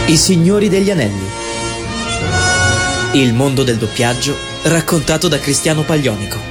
I Signori degli Anelli. Il mondo del doppiaggio raccontato da Cristiano Paglionico.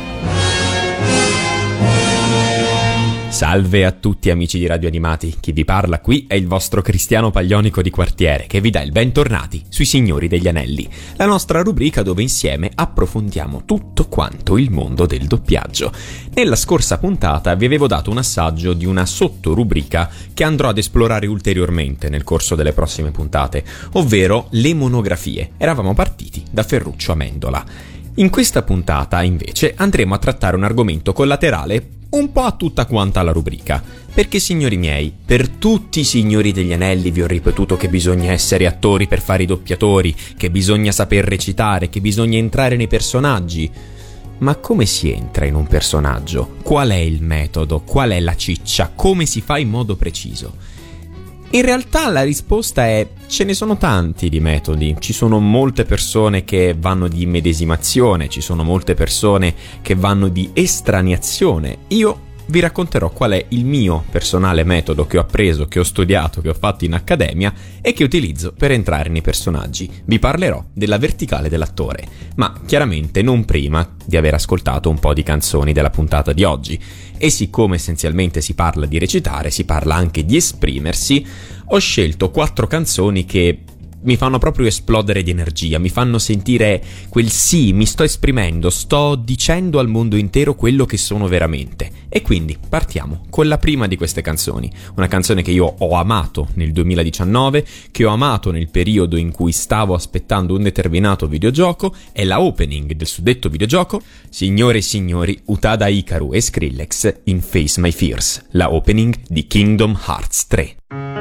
Salve a tutti amici di Radio Animati, chi vi parla qui è il vostro Cristiano Paglionico di quartiere che vi dà il bentornati sui Signori degli Anelli, la nostra rubrica dove insieme approfondiamo tutto quanto il mondo del doppiaggio. Nella scorsa puntata vi avevo dato un assaggio di una sottorubrica che andrò ad esplorare ulteriormente nel corso delle prossime puntate, ovvero le monografie. Eravamo partiti da Ferruccio Amendola. In questa puntata, invece, andremo a trattare un argomento collaterale un po' a tutta quanta la rubrica, perché signori miei, per tutti i Signori degli Anelli vi ho ripetuto che bisogna essere attori per fare i doppiatori, che bisogna saper recitare, che bisogna entrare nei personaggi. Ma come si entra in un personaggio? Qual è il metodo? Qual è la ciccia? Come si fa in modo preciso? In realtà la risposta è: ce ne sono tanti di metodi, ci sono molte persone che vanno di immedesimazione, ci sono molte persone che vanno di estraniazione. Io vi racconterò qual è il mio personale metodo che ho appreso, che ho studiato, che ho fatto in accademia e che utilizzo per entrare nei personaggi. Vi parlerò della verticale dell'attore, ma chiaramente non prima di aver ascoltato un po' di canzoni della puntata di oggi. E siccome essenzialmente si parla di recitare, si parla anche di esprimersi, ho scelto 4 canzoni che mi fanno proprio esplodere di energia, mi fanno sentire quel sì, mi sto esprimendo, sto dicendo al mondo intero quello che sono veramente. E quindi partiamo con la prima di queste canzoni, una canzone che io ho amato nel 2019, che ho amato nel periodo in cui stavo aspettando un determinato videogioco, è la opening del suddetto videogioco, signore e signori, Utada Hikaru e Skrillex in Face My Fears, la opening di Kingdom Hearts 3.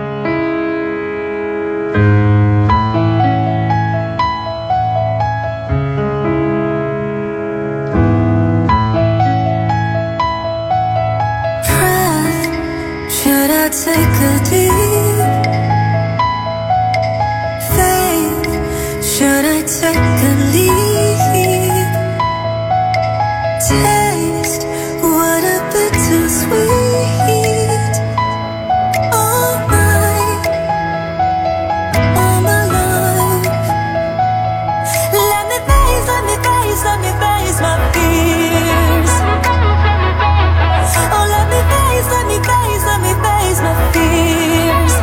Take a deep faith. Should I take a leap? Taste what a bittersweet. All my life. Let me face, let me face, let me face my fears. Oh, let me face, let me face, let me face my fears.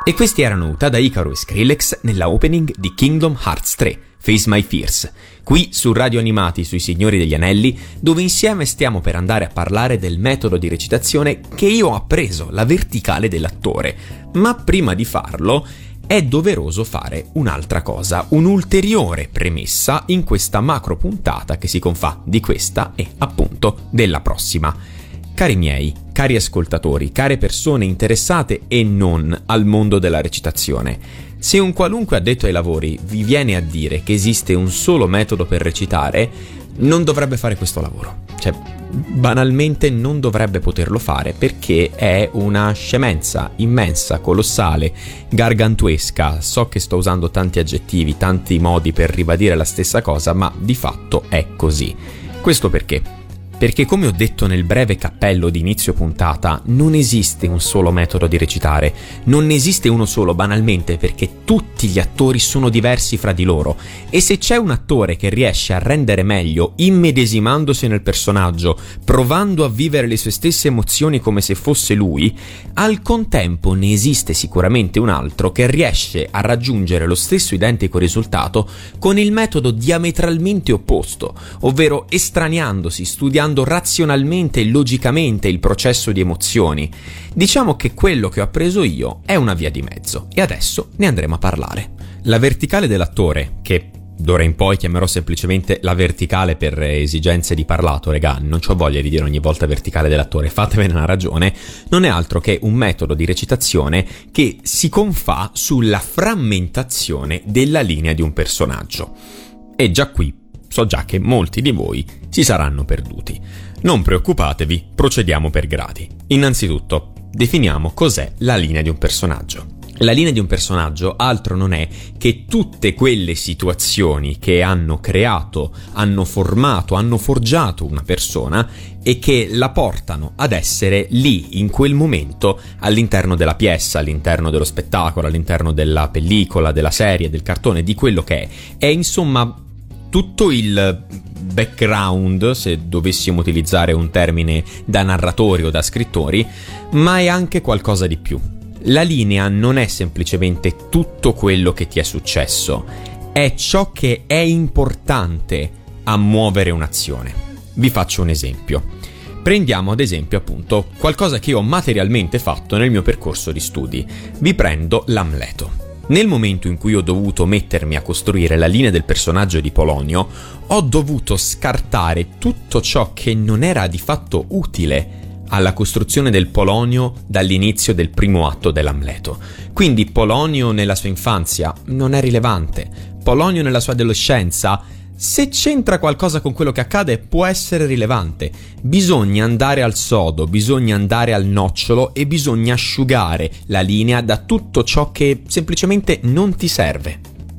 E questi erano Utada Hikaru e Skrillex nella opening di Kingdom Hearts 3, Face My Fears, qui su Radio Animati sui Signori degli Anelli, dove insieme stiamo per andare a parlare del metodo di recitazione che io ho appreso, la verticale dell'attore. Ma prima di farlo è doveroso fare un'altra cosa, un'ulteriore premessa in questa macro puntata che si confà di questa e appunto della prossima. Cari miei, cari ascoltatori, care persone interessate e non al mondo della recitazione, se un qualunque addetto ai lavori vi viene a dire che esiste un solo metodo per recitare, non dovrebbe fare questo lavoro. Cioè, banalmente non dovrebbe poterlo fare perché è una scemenza immensa, colossale, gargantuesca. So che sto usando tanti aggettivi, tanti modi per ribadire la stessa cosa, ma di fatto è così. Questo perché? Perché, come ho detto nel breve cappello di inizio puntata, non esiste un solo metodo di recitare, non esiste uno solo banalmente perché tutti gli attori sono diversi fra di loro e se c'è un attore che riesce a rendere meglio immedesimandosi nel personaggio, provando a vivere le sue stesse emozioni come se fosse lui, al contempo ne esiste sicuramente un altro che riesce a raggiungere lo stesso identico risultato con il metodo diametralmente opposto, ovvero estraniandosi, studiando razionalmente e logicamente il processo di emozioni. Diciamo che quello che ho appreso io è una via di mezzo e adesso ne andremo a parlare. La verticale dell'attore, che d'ora in poi chiamerò semplicemente la verticale per esigenze di parlato, regà, non c'ho voglia di dire ogni volta verticale dell'attore, fatevene una ragione, non è altro che un metodo di recitazione che si confà sulla frammentazione della linea di un personaggio. E già qui so già che molti di voi si saranno perduti. Non preoccupatevi, procediamo per gradi. Innanzitutto, definiamo cos'è la linea di un personaggio. La linea di un personaggio altro non è che tutte quelle situazioni che hanno creato, hanno formato, hanno forgiato una persona e che la portano ad essere lì, in quel momento, all'interno della pièce, all'interno dello spettacolo, all'interno della pellicola, della serie, del cartone, di quello che è. È insomma tutto il background, se dovessimo utilizzare un termine da narratori o da scrittori, ma è anche qualcosa di più. La linea non è semplicemente tutto quello che ti è successo, è ciò che è importante a muovere un'azione. Vi faccio un esempio. Prendiamo ad esempio appunto qualcosa che io ho materialmente fatto nel mio percorso di studi. Vi prendo l'Amleto. Nel momento in cui ho dovuto mettermi a costruire la linea del personaggio di Polonio, ho dovuto scartare tutto ciò che non era di fatto utile alla costruzione del Polonio dall'inizio del primo atto dell'Amleto. Quindi Polonio nella sua infanzia non è rilevante. Polonio nella sua adolescenza, se c'entra qualcosa con quello che accade, può essere rilevante. Bisogna andare al sodo, bisogna andare al nocciolo e bisogna asciugare la linea da tutto ciò che semplicemente non ti serve.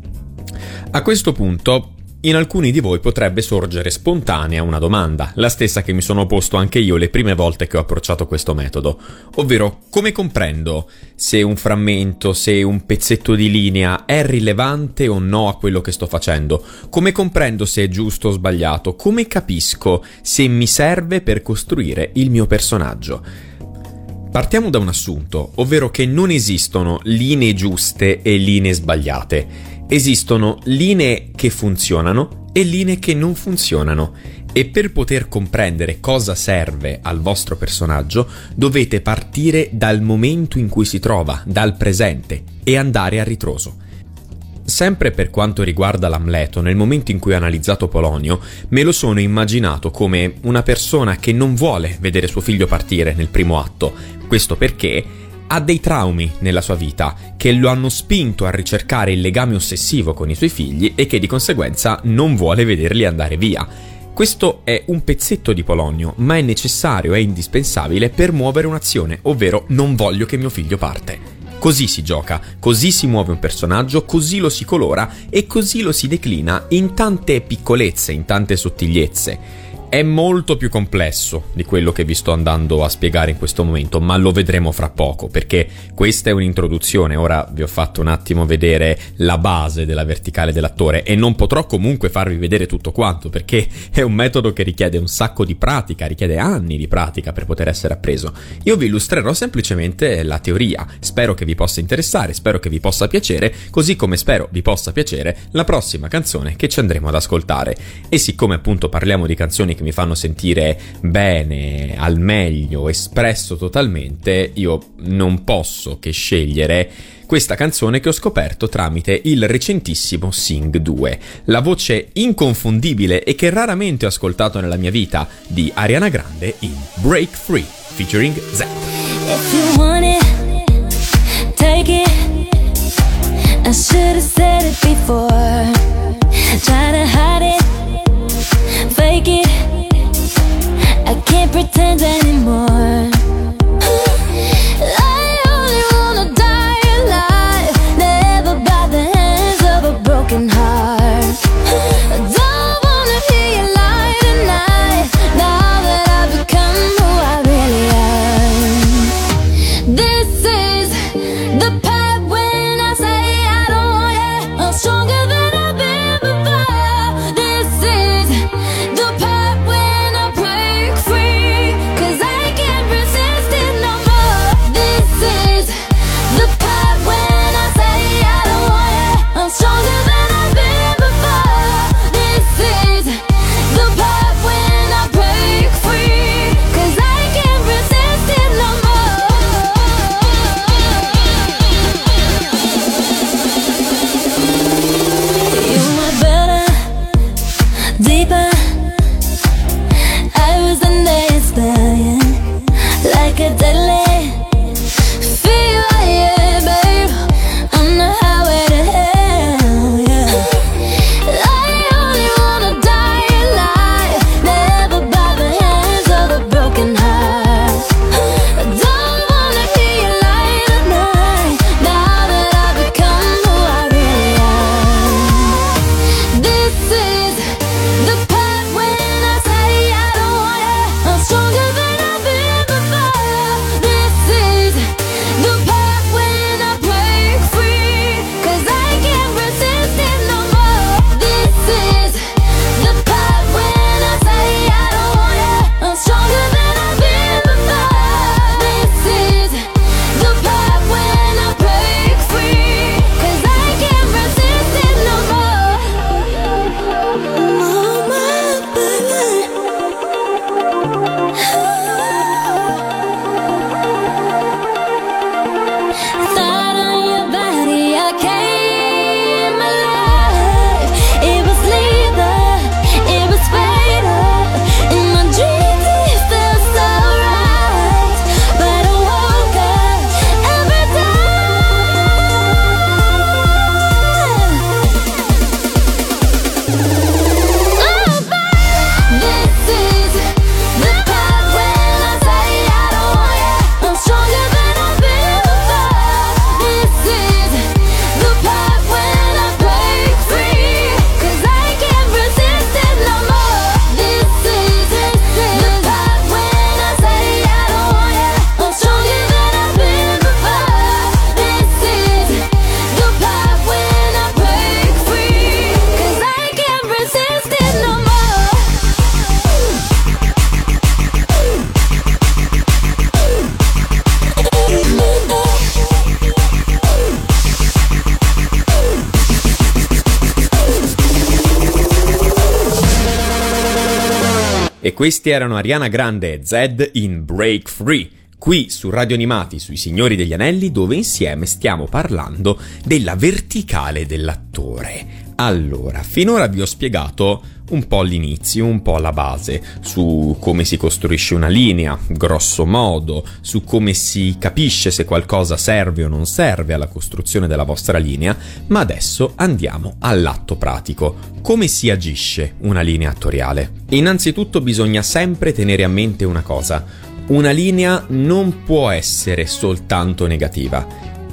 A questo punto, in alcuni di voi potrebbe sorgere spontanea una domanda, la stessa che mi sono posto anche io le prime volte che ho approcciato questo metodo, ovvero come comprendo se un frammento, se un pezzetto di linea è rilevante o no a quello che sto facendo, come comprendo se è giusto o sbagliato, come capisco se mi serve per costruire il mio personaggio. Partiamo da un assunto, ovvero che non esistono linee giuste e linee sbagliate. Esistono linee che funzionano e linee che non funzionano e per poter comprendere cosa serve al vostro personaggio dovete partire dal momento in cui si trova, dal presente e andare a ritroso. Sempre per quanto riguarda l'Amleto, nel momento in cui ho analizzato Polonio, me lo sono immaginato come una persona che non vuole vedere suo figlio partire nel primo atto. Questo perché ha dei traumi nella sua vita che lo hanno spinto a ricercare il legame ossessivo con i suoi figli e che di conseguenza non vuole vederli andare via. Questo è un pezzetto di Polonio, ma è necessario, è indispensabile per muovere un'azione, ovvero non voglio che mio figlio parte. Così si gioca, così si muove un personaggio, così lo si colora e così lo si declina in tante piccolezze, in tante sottigliezze. È molto più complesso di quello che vi sto andando a spiegare in questo momento, ma lo vedremo fra poco, perché questa è un'introduzione. Ora vi ho fatto un attimo vedere la base della verticale dell'attore e non potrò comunque farvi vedere tutto quanto, perché è un metodo che richiede un sacco di pratica, richiede anni di pratica per poter essere appreso. Io vi illustrerò semplicemente la teoria. Spero che vi possa interessare, spero che vi possa piacere, così come spero vi possa piacere la prossima canzone che ci andremo ad ascoltare. E siccome appunto parliamo di canzoni che mi fanno sentire bene, al meglio, espresso totalmente, io non posso che scegliere questa canzone che ho scoperto tramite il recentissimo Sing 2, la voce inconfondibile e che raramente ho ascoltato nella mia vita di Ariana Grande in Break Free featuring Zedd. If you want it, take it. I should have said it before. Try to hide it, fake it. I can't pretend anymore. I only wanna die alive, never by the hands of a broken heart. I don't wanna hear you lie tonight, now that I've become who I really am. This is the part when I say I don't want it. I'm stronger than I've been before. This is the part when I break free, 'cause I can't resist it no more. This is the part when I say I don't want it. I'm stronger than I've been before. This is the part when I break free, 'cause I can't resist it no more. You were better, deeper. I was a nice stallion, like a deadly feel, yeah, babe, on the highway to hell, yeah. I only wanna die alive, never by the hands of a broken heart. I don't wanna hear you lie tonight, now that I've become who I really am. This is the part when I say I don't want it. I'm stronger than I've been before. This is the part when I break free, 'cause I can't resist it no more. This is the part when I say I don't want it. I'm stronger than I've been before. This is the part when I break free, 'cause I can't resist it no more. Oh my baby. Thought on your body, I came alive. It was lethal, it was fatal. In my dreams it felt so right, but I woke up every time. This is the part when I say I don't want it. I'm stronger than I've been before. This is the part when I break free, 'cause I can't resist it no more. This is the part when I say I don't want it. I'm stronger than I've been before. This is the part when I break free, 'cause I can't resist it no more. E questi erano Ariana Grande e Zedd in Break Free, qui su Radio Animati, sui Signori degli Anelli, dove insieme stiamo parlando della verticale dell'attore. Allora, finora vi ho spiegato un po' l'inizio, un po' la base, su come si costruisce una linea, grosso modo, su come si capisce se qualcosa serve o non serve alla costruzione della vostra linea, ma adesso andiamo all'atto pratico. Come si agisce una linea attoriale? Innanzitutto bisogna sempre tenere a mente una cosa: una linea non può essere soltanto negativa.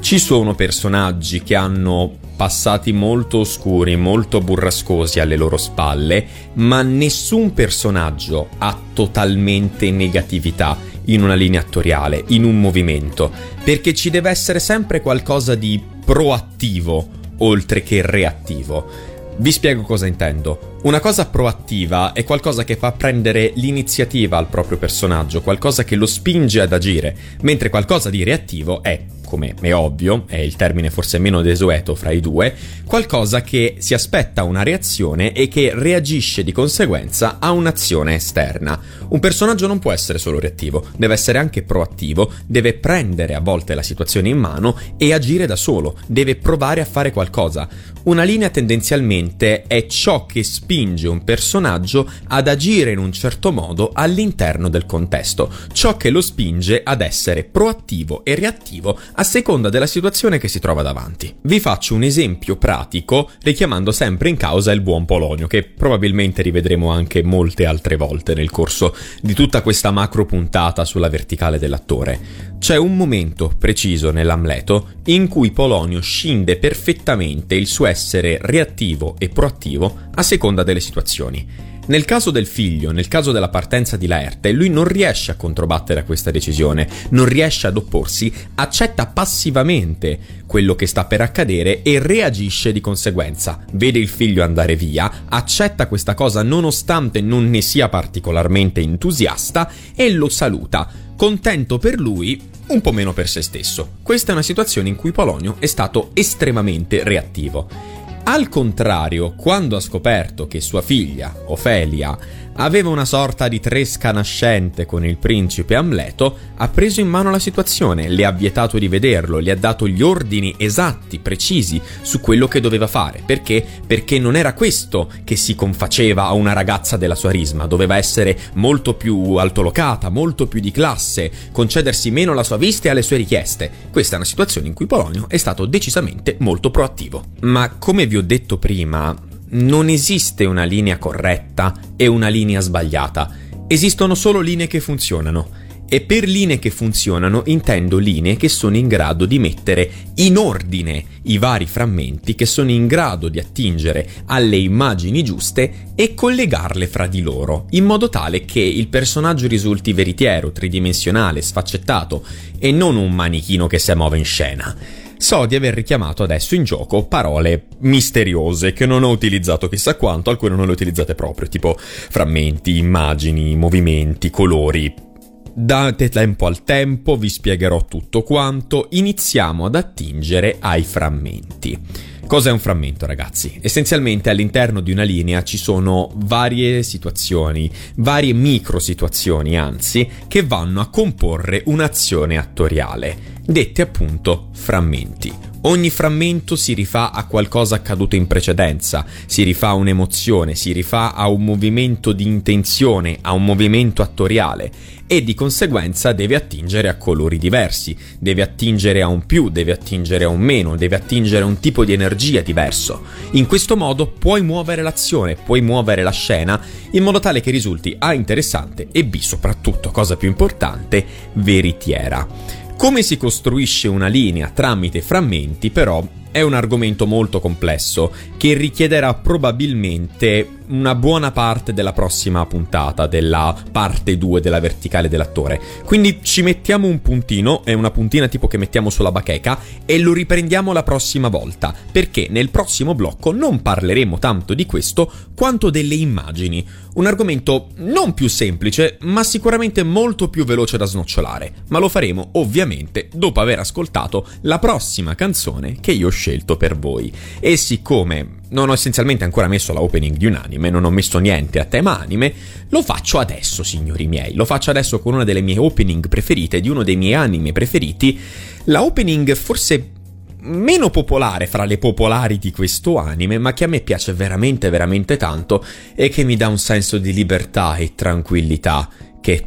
Ci sono personaggi che hanno passati molto oscuri, molto burrascosi alle loro spalle, ma nessun personaggio ha totalmente negatività in una linea attoriale, in un movimento, perché ci deve essere sempre qualcosa di proattivo oltre che reattivo. Vi spiego cosa intendo. Una cosa proattiva è qualcosa che fa prendere l'iniziativa al proprio personaggio, qualcosa che lo spinge ad agire, mentre qualcosa di reattivo è, come è ovvio, è il termine forse meno desueto fra i due, qualcosa che si aspetta una reazione e che reagisce di conseguenza a un'azione esterna. Un personaggio non può essere solo reattivo, deve essere anche proattivo, deve prendere a volte la situazione in mano e agire da solo, deve provare a fare qualcosa. Una linea tendenzialmente è ciò che spinge un personaggio ad agire in un certo modo all'interno del contesto, ciò che lo spinge ad essere proattivo e reattivo a seconda della situazione che si trova davanti. Vi faccio un esempio pratico richiamando sempre in causa il buon Polonio, che probabilmente rivedremo anche molte altre volte nel corso di tutta questa macro puntata sulla verticale dell'attore. C'è un momento preciso nell'Amleto in cui Polonio scinde perfettamente il suo essere reattivo e proattivo a seconda delle situazioni. Nel caso del figlio, nel caso della partenza di Laerte, lui non riesce a controbattere a questa decisione, non riesce ad opporsi, accetta passivamente quello che sta per accadere e reagisce di conseguenza. Vede il figlio andare via, accetta questa cosa nonostante non ne sia particolarmente entusiasta e lo saluta, contento per lui, un po' meno per se stesso. Questa è una situazione in cui Polonio è stato estremamente reattivo. Al contrario, quando ha scoperto che sua figlia, Ofelia, aveva una sorta di tresca nascente con il principe Amleto, ha preso in mano la situazione, le ha vietato di vederlo, le ha dato gli ordini esatti, precisi su quello che doveva fare. Perché? Perché non era questo che si confaceva a una ragazza della sua risma, doveva essere molto più altolocata, molto più di classe, concedersi meno la sua vista e alle sue richieste. Questa è una situazione in cui Polonio è stato decisamente molto proattivo. Ma come vi ho detto prima, non esiste una linea corretta e una linea sbagliata, esistono solo linee che funzionano. E per linee che funzionano intendo linee che sono in grado di mettere in ordine i vari frammenti, che sono in grado di attingere alle immagini giuste e collegarle fra di loro, in modo tale che il personaggio risulti veritiero, tridimensionale, sfaccettato e non un manichino che si muove in scena. So di aver richiamato adesso in gioco parole misteriose che non ho utilizzato chissà quanto, alcune non le ho utilizzate proprio, tipo frammenti, immagini, movimenti, colori. Date tempo al tempo, vi spiegherò tutto quanto. Iniziamo ad attingere ai frammenti. Cos'è un frammento, ragazzi? Essenzialmente all'interno di una linea ci sono varie situazioni, varie micro situazioni, anzi, che vanno a comporre un'azione attoriale, dette appunto frammenti. Ogni frammento si rifà a qualcosa accaduto in precedenza, si rifà a un'emozione, si rifà a un movimento di intenzione, a un movimento attoriale e di conseguenza deve attingere a colori diversi, deve attingere a un più, deve attingere a un meno, deve attingere a un tipo di energia diverso. In questo modo puoi muovere l'azione, puoi muovere la scena in modo tale che risulti A interessante e B soprattutto, cosa più importante, veritiera. Come si costruisce una linea tramite frammenti, però, è un argomento molto complesso che richiederà probabilmente una buona parte della prossima puntata, della parte 2 della verticale dell'attore. Quindi ci mettiamo un puntino, è una puntina tipo che mettiamo sulla bacheca, e lo riprendiamo la prossima volta, perché nel prossimo blocco non parleremo tanto di questo quanto delle immagini. Un argomento non più semplice, ma sicuramente molto più veloce da snocciolare. Ma lo faremo ovviamente dopo aver ascoltato la prossima canzone che io ho scelto per voi. E siccome non ho essenzialmente ancora messo la opening di un anime, non ho messo niente a tema anime, lo faccio adesso, signori miei. Lo faccio adesso con una delle mie opening preferite, di uno dei miei anime preferiti. La opening forse meno popolare fra le popolari di questo anime, ma che a me piace veramente veramente tanto e che mi dà un senso di libertà e tranquillità che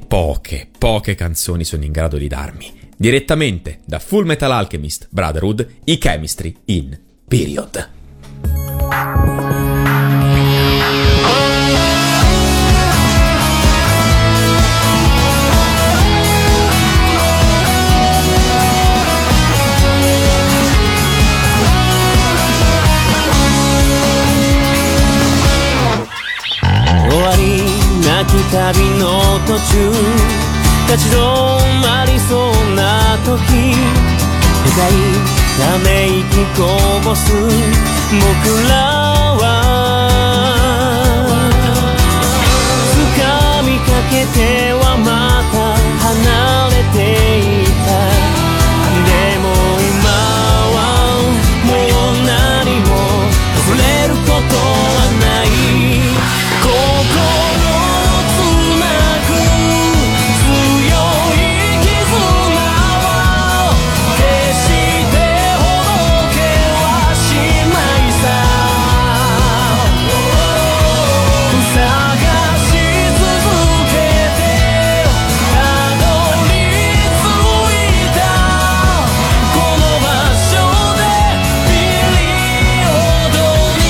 poche canzoni sono in grado di darmi. Direttamente da Full Metal Alchemist Brotherhood, i Chemistry in Period. く旅の途中立ち止まりそうな時深いため息こぼす僕らは掴みかけてはまた離れていたでも今はもう何も触れることはない心をつなぐ強い絆を決してほどけはしないさ探し続けてたどり着いたこの場所でピリオドに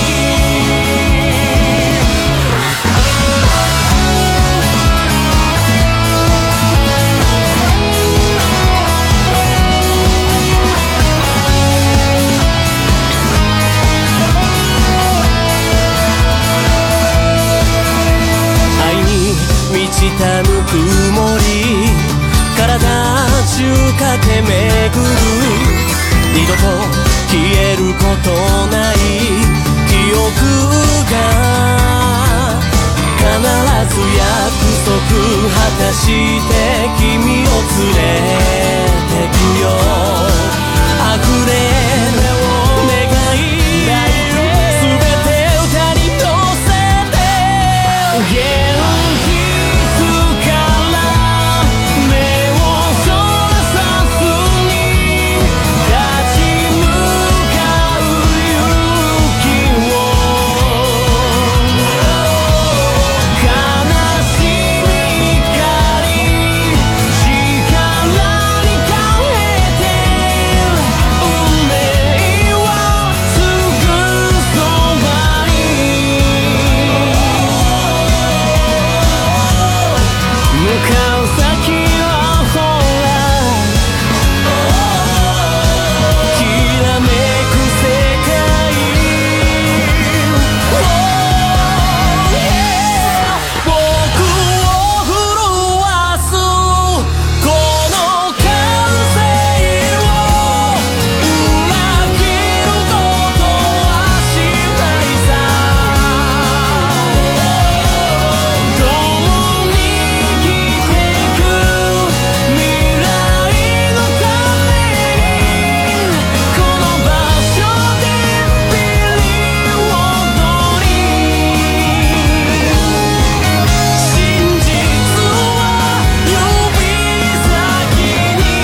愛に満ちたぬくもり体中駆け巡る二度と消えることない記憶が必ず約束果たして君を連れてくよ溢れる願いすべて歌に乗せて元気づから目をそらさずに立ち向かう勇気を悲しみ怒り力に変えて運命はすぐそばに向かう先はほらきらめく世界僕を震わすこの感性を裏切ることはしないさ共に生きてく未来のためにこの場所でピリオドに真実は指先に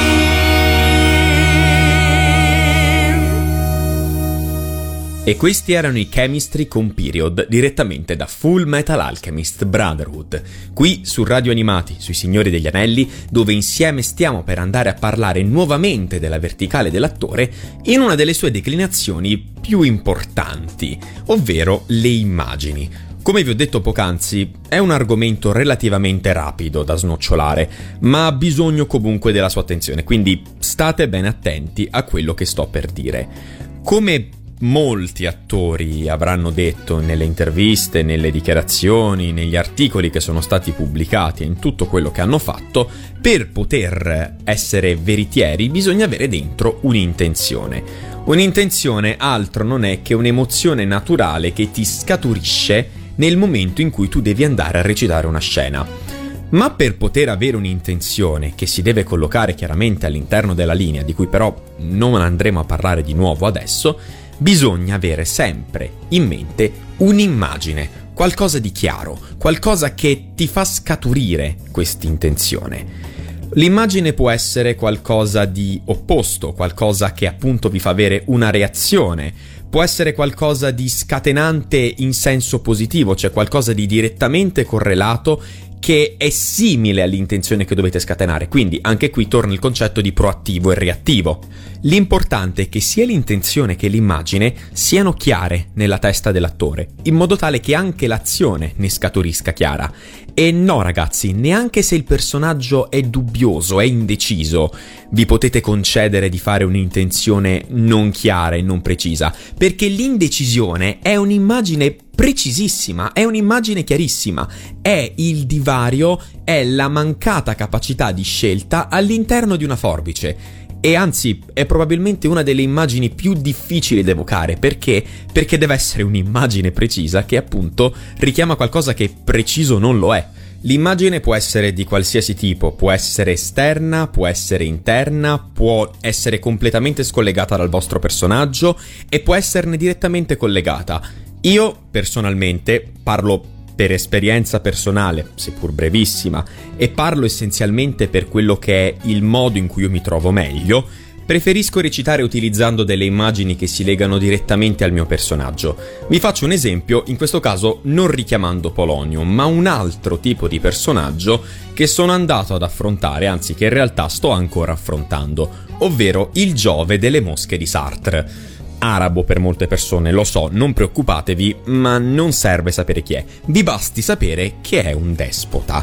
E questi erano i Chemistry con Period, direttamente da Full Metal Alchemist Brotherhood, qui su Radio Animati, sui Signori degli Anelli, dove insieme stiamo per andare a parlare nuovamente della verticale dell'attore in una delle sue declinazioni più importanti, ovvero le immagini. Come vi ho detto poc'anzi, è un argomento relativamente rapido da snocciolare, ma ha bisogno comunque della sua attenzione, quindi state ben attenti a quello che sto per dire. Come molti attori avranno detto nelle interviste, nelle dichiarazioni, negli articoli che sono stati pubblicati e in tutto quello che hanno fatto, per poter essere veritieri bisogna avere dentro un'intenzione. Un'intenzione altro non è che un'emozione naturale che ti scaturisce nel momento in cui tu devi andare a recitare una scena. Ma per poter avere un'intenzione che si deve collocare chiaramente all'interno della linea, di cui però non andremo a parlare di nuovo adesso, bisogna avere sempre in mente un'immagine, qualcosa di chiaro, qualcosa che ti fa scaturire quest'intenzione. L'immagine può essere qualcosa di opposto, qualcosa che appunto vi fa avere una reazione, può essere qualcosa di scatenante in senso positivo, cioè qualcosa di direttamente correlato che è simile all'intenzione che dovete scatenare, quindi anche qui torna il concetto di proattivo e reattivo. L'importante è che sia l'intenzione che l'immagine siano chiare nella testa dell'attore, in modo tale che anche l'azione ne scaturisca chiara. E no ragazzi, neanche se il personaggio è dubbioso, è indeciso, vi potete concedere di fare un'intenzione non chiara e non precisa, perché l'indecisione è un'immagine precisissima, è un'immagine chiarissima, è il divario, è la mancata capacità di scelta all'interno di una forbice. E anzi, è probabilmente una delle immagini più difficili da evocare. Perché? Perché deve essere un'immagine precisa che appunto richiama qualcosa che preciso non lo è. L'immagine può essere di qualsiasi tipo, può essere esterna, può essere interna, può essere completamente scollegata dal vostro personaggio e può esserne direttamente collegata. Io, personalmente, parlo per esperienza personale, seppur brevissima, e parlo essenzialmente per quello che è il modo in cui io mi trovo meglio, preferisco recitare utilizzando delle immagini che si legano direttamente al mio personaggio. Vi faccio un esempio, in questo caso non richiamando Polonio, ma un altro tipo di personaggio che sono andato ad affrontare, anzi che in realtà sto ancora affrontando, ovvero il Giove delle mosche di Sartre. Arabo per molte persone, lo so, non preoccupatevi, ma non serve sapere chi è, vi basti sapere che è un despota.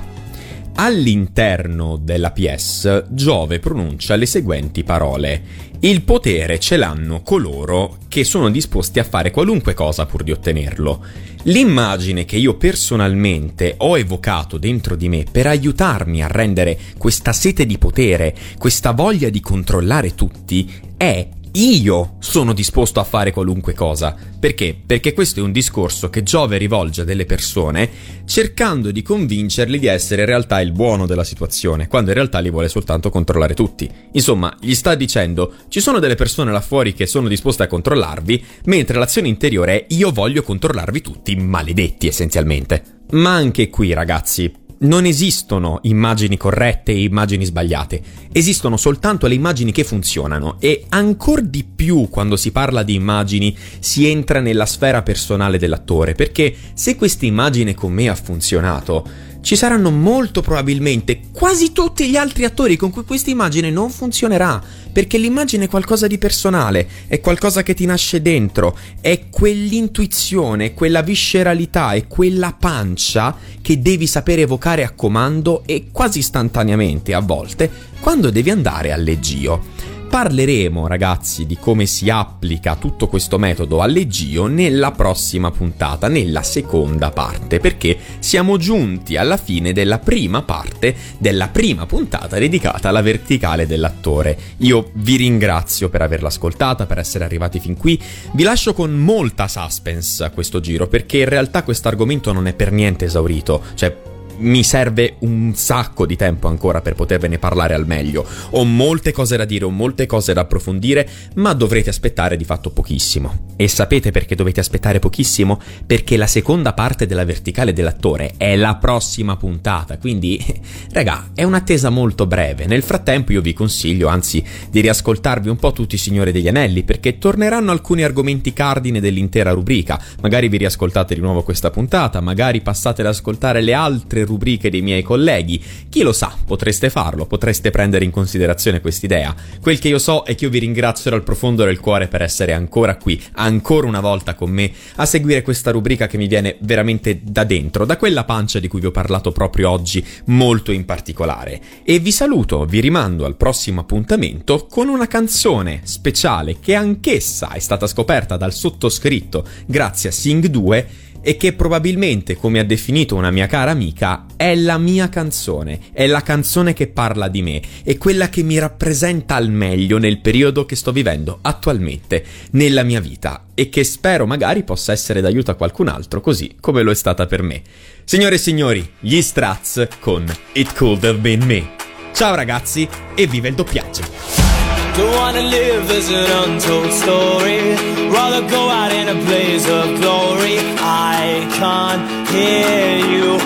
All'interno della pièce, Giove pronuncia le seguenti parole: il potere ce l'hanno coloro che sono disposti a fare qualunque cosa pur di ottenerlo. L'immagine che io personalmente ho evocato dentro di me per aiutarmi a rendere questa sete di potere, questa voglia di controllare tutti, è: io sono disposto a fare qualunque cosa. Perché? Perché questo è un discorso che Giove rivolge a delle persone cercando di convincerli di essere in realtà il buono della situazione, quando in realtà li vuole soltanto controllare tutti. Insomma, gli sta dicendo: ci sono delle persone là fuori che sono disposte a controllarvi, mentre l'azione interiore è: io voglio controllarvi tutti, maledetti essenzialmente. Ma anche qui, ragazzi, non esistono immagini corrette e immagini sbagliate, esistono soltanto le immagini che funzionano, e ancor di più quando si parla di immagini si entra nella sfera personale dell'attore, perché se questa immagine con me ha funzionato, ci saranno molto probabilmente quasi tutti gli altri attori con cui questa immagine non funzionerà, perché l'immagine è qualcosa di personale, è qualcosa che ti nasce dentro, è quell'intuizione, quella visceralità e quella pancia che devi sapere evocare a comando e quasi istantaneamente a volte quando devi andare al leggio. Parleremo, ragazzi, di come si applica tutto questo metodo al leggio nella prossima puntata, nella seconda parte, perché siamo giunti alla fine della prima parte della prima puntata dedicata alla verticale dell'attore. Io vi ringrazio per averla ascoltata, per essere arrivati fin qui. Vi lascio con molta suspense a questo giro, perché in realtà questo argomento non è per niente esaurito, cioè mi serve un sacco di tempo ancora per potervene parlare al meglio. Ho molte cose da dire, ho molte cose da approfondire, ma dovrete aspettare di fatto pochissimo. E sapete perché dovete aspettare pochissimo? Perché la seconda parte della verticale dell'attore è la prossima puntata, quindi raga, è un'attesa molto breve. Nel frattempo io vi consiglio anzi di riascoltarvi un po' tutti i Signori degli Anelli, perché torneranno alcuni argomenti cardine dell'intera rubrica. Magari vi riascoltate di nuovo questa puntata, magari passate ad ascoltare le altre rubriche dei miei colleghi, chi lo sa, potreste farlo, potreste prendere in considerazione quest'idea. Quel che io so è che io vi ringrazio dal profondo del cuore per essere ancora qui, ancora una volta con me, a seguire questa rubrica che mi viene veramente da dentro, da quella pancia di cui vi ho parlato proprio oggi, molto in particolare. E vi saluto, vi rimando al prossimo appuntamento con una canzone speciale che anch'essa è stata scoperta dal sottoscritto grazie a Sing2, e che probabilmente, come ha definito una mia cara amica, è la mia canzone, è la canzone che parla di me, è quella che mi rappresenta al meglio nel periodo che sto vivendo attualmente nella mia vita, e che spero magari possa essere d'aiuto a qualcun altro, così come lo è stata per me. Signore e signori, gli Strats con It Could Have Been Me. Ciao ragazzi e viva il doppiaggio! Don't wanna live as an untold story, rather go out in a blaze of glory. I can't hear you,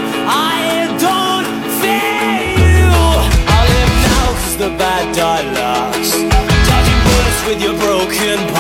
I don't fear you. I'll live now cause the bad die last, dodging bullets with your broken